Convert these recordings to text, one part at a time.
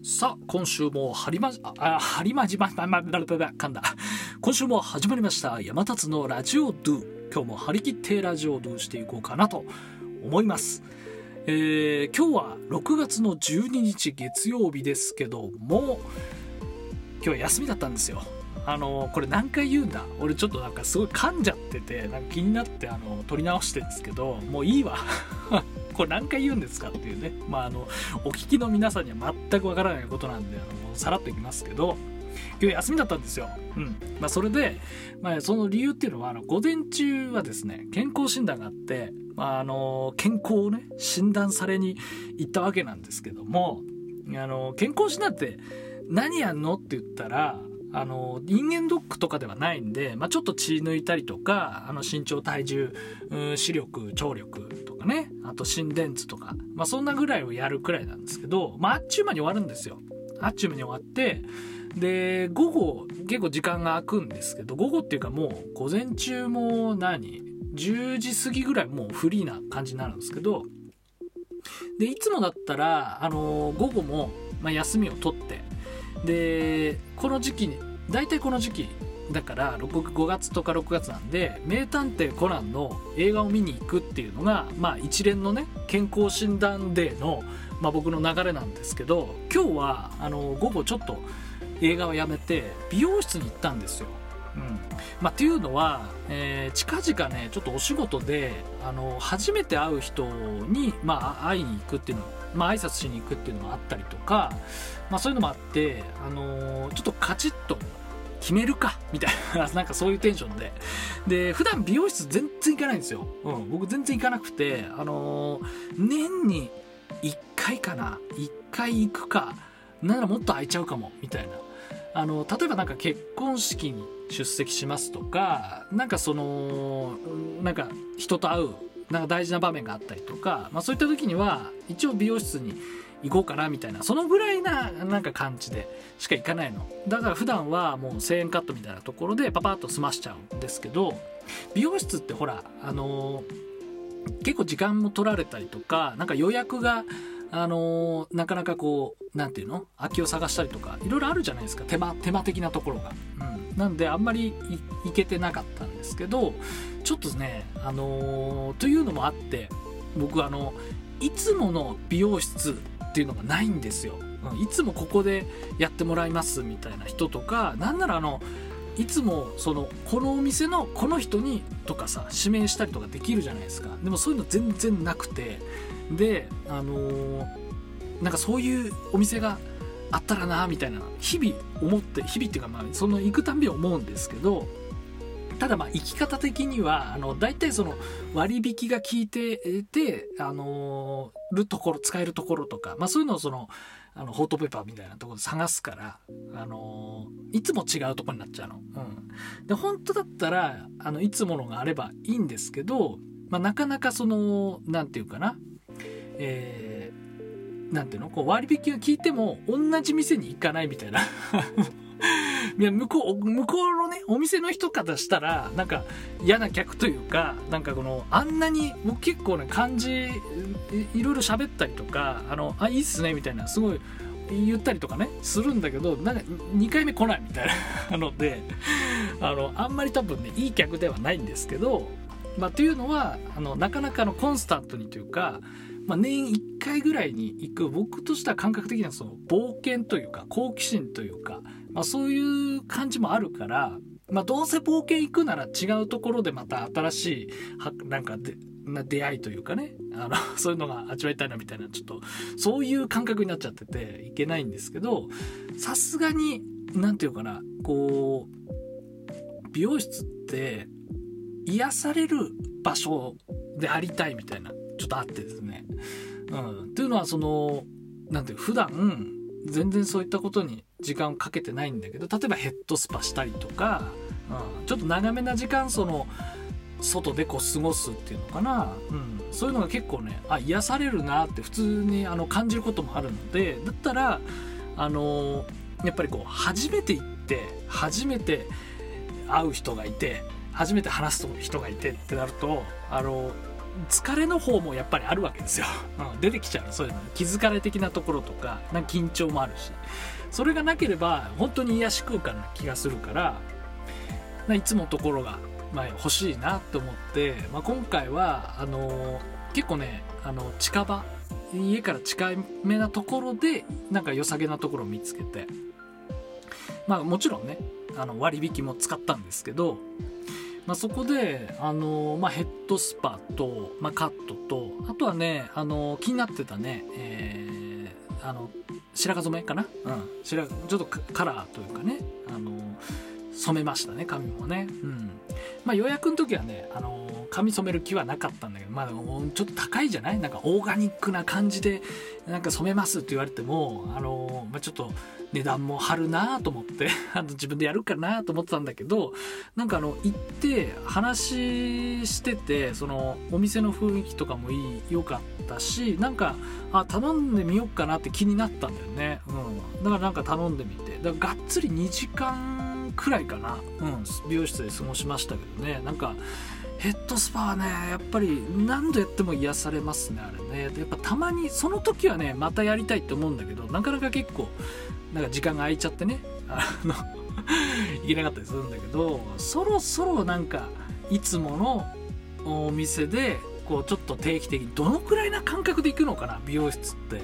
さあ今週も噛んだ今週も始まりました山達のラジオドゥ。今日も張り切ってラジオドゥしていこうかなと思います。今日は6月の12日月曜日ですけども、今日は休みだったんですよ。これ何回言うんだ、俺ちょっとなんかすごい噛んじゃってて、なんか気になって撮り直してるんですけど、もういいわこれ何回言うんですかっていうね、お聞きの皆さんには全くわからないことなんでさらっといきますけど、今日休みだったんですよ。それで、その理由っていうのは午前中はですね、健康診断があって、健康をね診断されに行ったわけなんですけども、健康診断って何やんのって言ったら、人間ドックとかではないんで、ちょっと血抜いたりとか、身長体重視力聴力とかね、あと心電図とか、そんなぐらいをやるくらいなんですけど、あっちゅう間に終わるんですよ。あっちゅう間に終わって、で午後結構時間が空くんですけど、午後っていうかもう午前中も10時過ぎぐらいもうフリーな感じになるんですけど、でいつもだったら午後も休みを取って、でこの時期に大体この時期だから5月とか6月なんで、名探偵コナンの映画を見に行くっていうのが、一連のね健康診断デーの、僕の流れなんですけど、今日は午後ちょっと映画をやめて美容室に行ったんですよ。っていうのは、近々ねちょっとお仕事で初めて会う人に、会いに行くっていうの、挨拶しに行くっていうのがあったりとか、そういうのもあって、ちょっとカチッと決めるかみたいななんかそういうテンションで普段美容室全然行かないんですよ。僕全然行かなくて、年に1回かな、1回行くかならもっと空いちゃうかもみたいな。例えばなんか結婚式に出席しますとか、なんか人と会うなんか大事な場面があったりとか、そういった時には一応美容室に行こうかなみたいな、そのぐらいなんか感じでしか行かないの。だから普段はもう1000円カットみたいなところでパパッと済ましちゃうんですけど、美容室ってほら結構時間も取られたりとか、なんか予約がなかなかなんていうの、空きを探したりとかいろいろあるじゃないですか、手間的なところが。なんであんまり行けてなかったんですけど、ちょっとねというのもあって、僕いつもの美容室っていうのがないんですよ。いつもここでやってもらいますみたいな人とか、なんならいつもこのお店のこの人にとかさ指名したりとかできるじゃないですか。でもそういうの全然なくて、でなんかそういうお店があったらなみたいな日々思って、日々っていうかその行くたんび思うんですけど、ただ行き方的にはだいたい割引が効いててるところ、使えるところとか、そういうのをホートペーパーみたいなところで探すから、いつも違うところになっちゃうの。で本当だったらいつものがあればいいんですけど、なかなかなんていうかな、なんていうの、割引が効いても同じ店に行かないみたいないや向こうのねお店の人からしたらなんか嫌な客というか、なんかあんなに僕結構ねいろいろ喋ったりとかいいっすねみたいなすごい言ったりとかねするんだけど、なんか2回目来ないみたいなのであんまり多分ねいい客ではないんですけど、というのはなかなかコンスタントにというか、年1回ぐらいに行く、僕としては感覚的には冒険というか好奇心というか、そういう感じもあるから、どうせ冒険行くなら違うところでまた新しいなんか出会いというかねそういうのが味わいたいなみたいな、ちょっとそういう感覚になっちゃってていけないんですけど、さすがになんていうかな、美容室って癒される場所でありたいみたいなちょっとあってですね、というのはなんていう、普段全然そういったことに時間をかけてないんだけど、例えばヘッドスパしたりとか、ちょっと長めな時間外で過ごすっていうのかな、そういうのが結構ね癒されるなって普通に感じることもあるので、だったらやっぱり初めて行って初めて会う人がいて初めて話す人がいてってなると疲れの方もやっぱりあるわけですよ、出てきちゃう、そういうの気づかれ的なところとか、なんか緊張もあるし、それがなければ本当に癒し空間な気がするから、いつものところが、欲しいなと思って、今回は結構ね近場、家から近めなところでなんか良さげなところを見つけて、もちろんね割引も使ったんですけど、そこでヘッドスパと、カットと、あとはね気になってたね、白髪染めかな、ちょっとカラーというかね染めましたね、髪もね。予約の時はね髪染める気はなかったんだけど、ちょっと高いじゃない、なんかオーガニックな感じでなんか染めますって言われてもちょっと値段も張るなと思って自分でやるかなと思ってたんだけど、なんか行って話してて、そのお店の雰囲気とかも良かったし、なんか頼んでみようかなって気になったんだよね。だからなんか頼んでみて、だからがっつり2時間くらいかな、美容室で過ごしましたけどね。なんかヘッドスパはねやっぱり何度やっても癒されますね、あれね。やっぱたまにその時はねまたやりたいって思うんだけど、なかなか結構なんか時間が空いちゃってねいけなかったりするんだけど、そろそろなんかいつものお店でこうちょっと定期的にどのくらいな感覚で行くのかな、美容室って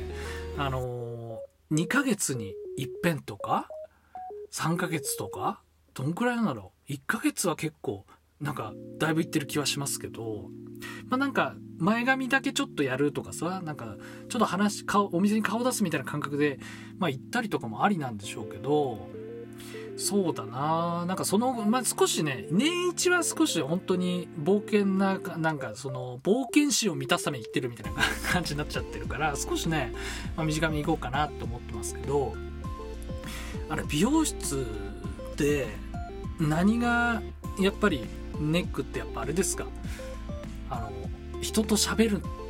2ヶ月に一遍とか3ヶ月とかどんくらいなんだろう。1ヶ月は結構なんかだいぶ行ってる気はしますけど、なんか前髪だけちょっとやるとかさ、なんかちょっとお店に顔出すみたいな感覚で行ったりとかもありなんでしょうけど、そうだな、なんか少しね、年一は少し本当に冒険なんかその冒険心を満たすために行ってるみたいな感じになっちゃってるから、少しね、短めに行こうかなと思ってますけど、美容室で何がやっぱりネックってやっぱあれですか、人と喋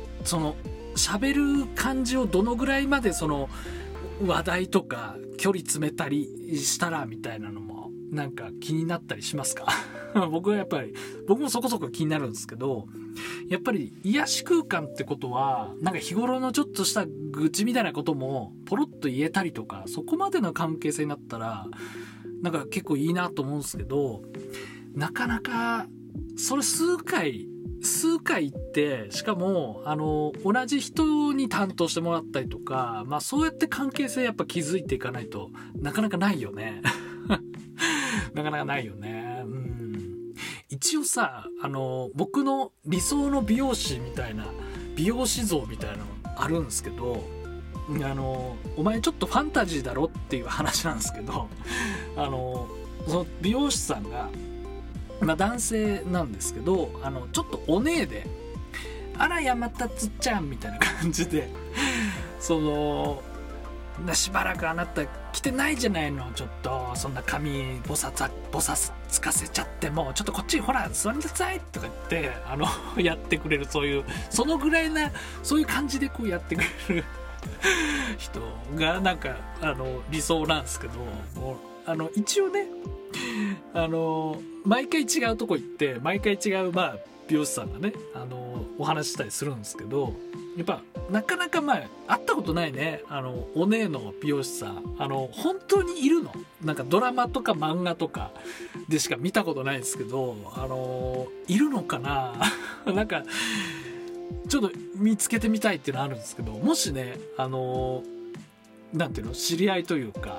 る感じをどのぐらいまでその話題とか距離詰めたりしたらみたいなのもなんか気になったりしますか僕もそこそこ気になるんですけど、やっぱり癒し空間ってことはなんか日頃のちょっとした愚痴みたいなこともポロッと言えたりとか、そこまでの関係性になったらなんか結構いいなと思うんですけど、なかなかそれ数回行って、しかも同じ人に担当してもらったりとか、そうやって関係性やっぱ築いていかないとなかなかないよねなかなかないよね。一応さ僕の理想の美容師みたいな美容師像みたいなのあるんですけど、お前ちょっとファンタジーだろっていう話なんですけど、その美容師さんが男性なんですけど、ちょっとお姉で、あら山立ちゃんみたいな感じで、しばらくあなた来てないじゃないの、ちょっとそんな髪ボサつかせちゃってもちょっとこっちにほら座りなさいとか言ってやってくれる、そのぐらいなそういう感じでこうやってくれる人がなんか理想なんですけど、もう一応ね毎回違うとこ行って毎回違う美容師さんがねお話ししたりするんですけど、やっぱなかなか会ったことないねお姉の美容師さん本当にいるの？なんかドラマとか漫画とかでしか見たことないですけどいるのかななんかちょっと見つけてみたいっていうのはあるんですけど、もしねなんていうの、知り合いというか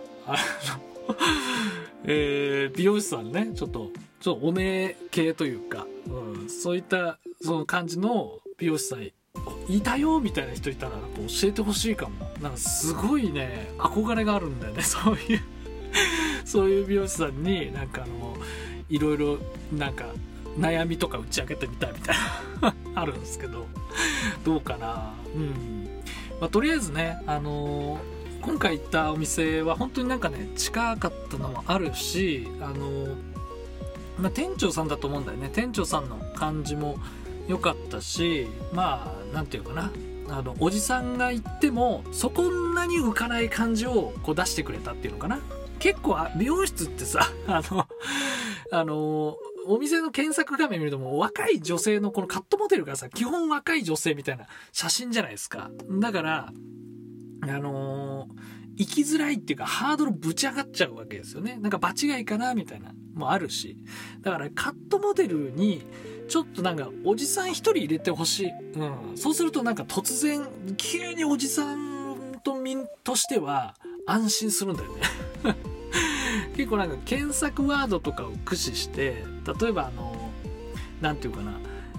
美容師さんね、ちょっとお姉系というか、そういったその感じの美容師さんいたよみたいな人いたら教えてほしいかも。なんかすごいね憧れがあるんだよね、そういう美容師さんになんかいろいろなんか悩みとか打ち明けてみたいみたいなあるんですけど、どうかな。とりあえずね今回行ったお店は本当になんかね近かったのもあるし店長さんだと思うんだよね。店長さんの感じも良かったし、なんていうかな、おじさんが行ってもそこんなに浮かない感じをこう出してくれたっていうのかな。結構美容室ってさお店の検索画面見るともう若い女性のこのカットモデルがさ、基本若い女性みたいな写真じゃないですか。だから、行きづらいっていうかハードルぶち上がっちゃうわけですよね。なんか場違いかなみたいなもあるし。だからカットモデルにちょっとなんかおじさん一人入れてほしい。そうするとなんか突然急におじさんとしては安心するんだよね。結構なんか検索ワードとかを駆使して、例えばなんていうかな、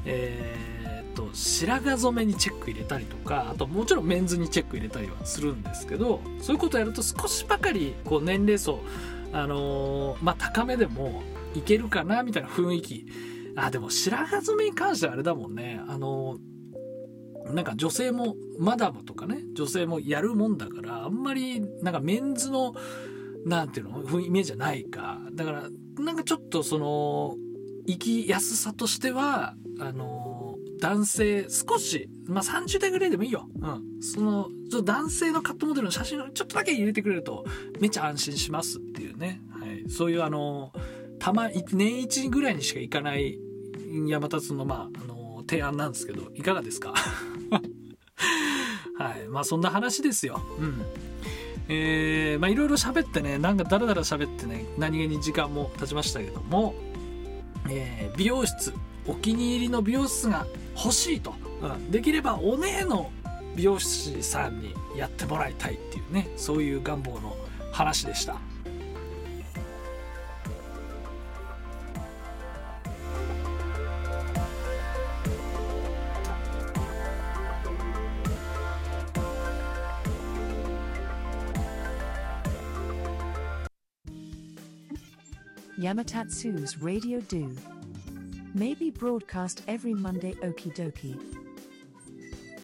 白髪染めにチェック入れたりとか、あともちろんメンズにチェック入れたりはするんですけど、そういうことをやると少しばかりこう年齢層、高めでもいけるかなみたいな雰囲気。でも白髪染めに関してはあれだもんね。なんか女性もマダムとかね、女性もやるもんだから、あんまりなんかメンズのなんていうのイメージじゃないか。だからなんかちょっとその生きやすさとしては男性少し30代ぐらいでもいいよ。そのちょっと男性のカットモデルの写真をちょっとだけ入れてくれるとめっちゃ安心しますっていうね。はい、そういう年一ぐらいにしか行かない山立の提案なんですけど、いかがですか？はい、そんな話ですよ。いろいろ喋ってね、なんかダラダラ喋ってね、何気に時間も経ちましたけども、美容室、お気に入りの美容室が欲しいと、できればお姉の美容師さんにやってもらいたいっていうね、そういう願望の話でした。 Yamatatsu's Radio Do may be broadcast every Monday. Okie dokie.